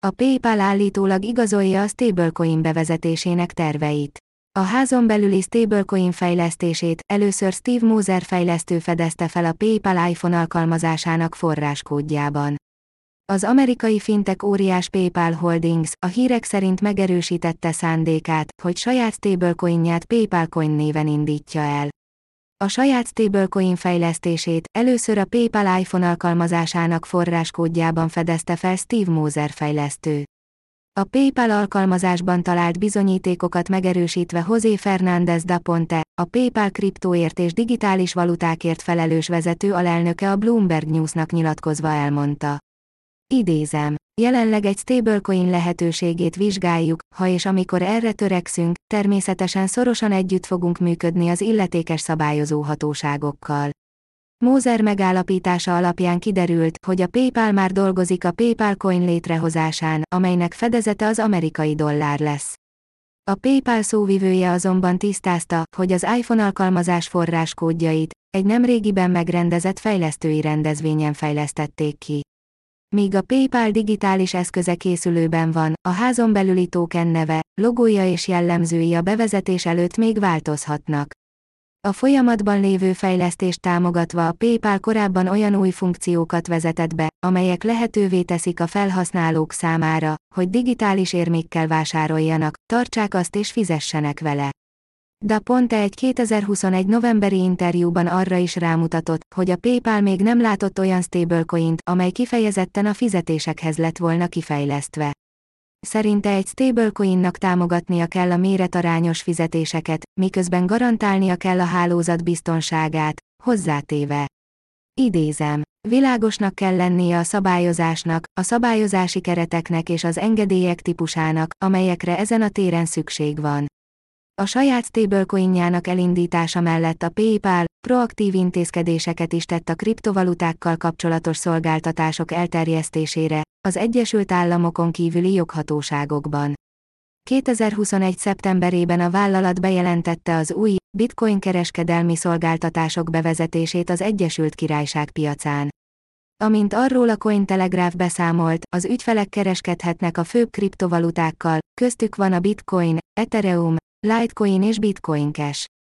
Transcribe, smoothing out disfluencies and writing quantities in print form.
A PayPal állítólag igazolja a stablecoin bevezetésének terveit. A házon belüli stablecoin fejlesztését először Steve Moser fejlesztő fedezte fel a PayPal iPhone alkalmazásának forráskódjában. Az amerikai fintech óriás PayPal Holdings a hírek szerint megerősítette szándékát, hogy saját stablecoinját PayPal Coin néven indítja el. A saját stablecoin fejlesztését először a PayPal iPhone alkalmazásának forráskódjában fedezte fel Steve Moser fejlesztő. A PayPal alkalmazásban talált bizonyítékokat megerősítve José Fernández da Ponte, a PayPal kriptóért és digitális valutákért felelős vezető alelnöke a Bloomberg Newsnak nyilatkozva elmondta. Idézem: jelenleg egy stablecoin lehetőségét vizsgáljuk, ha és amikor erre törekszünk, természetesen szorosan együtt fogunk működni az illetékes szabályozó hatóságokkal. Moser megállapítása alapján kiderült, hogy a PayPal már dolgozik a PayPal Coin létrehozásán, amelynek fedezete az amerikai dollár lesz. A PayPal szóvivője azonban tisztázta, hogy az iPhone alkalmazás forráskódjait egy nemrégiben megrendezett fejlesztői rendezvényen fejlesztették ki. Míg a PayPal digitális eszköze készülőben van, a házon belüli token neve, logója és jellemzői a bevezetés előtt még változhatnak. A folyamatban lévő fejlesztést támogatva a PayPal korábban olyan új funkciókat vezetett be, amelyek lehetővé teszik a felhasználók számára, hogy digitális érmékkel vásároljanak, tartsák azt és fizessenek vele. Da Ponte egy 2021. novemberi interjúban arra is rámutatott, hogy a PayPal még nem látott olyan stablecoint, amely kifejezetten a fizetésekhez lett volna kifejlesztve. Szerinte egy stablecoinnak támogatnia kell a méretarányos fizetéseket, miközben garantálnia kell a hálózat biztonságát, hozzátéve. Idézem: világosnak kell lennie a szabályozásnak, a szabályozási kereteknek és az engedélyek típusának, amelyekre ezen a téren szükség van. A saját stablecoinjának elindítása mellett a PayPal proaktív intézkedéseket is tett a kriptovalutákkal kapcsolatos szolgáltatások elterjesztésére, az Egyesült Államokon kívüli joghatóságokban. 2021. szeptemberében a vállalat bejelentette az új, bitcoin kereskedelmi szolgáltatások bevezetését az Egyesült Királyság piacán. Amint arról a Cointelegraph beszámolt, az ügyfelek kereskedhetnek a főbb kriptovalutákkal, köztük van a Bitcoin, Ethereum, Litecoin és Bitcoin Cash.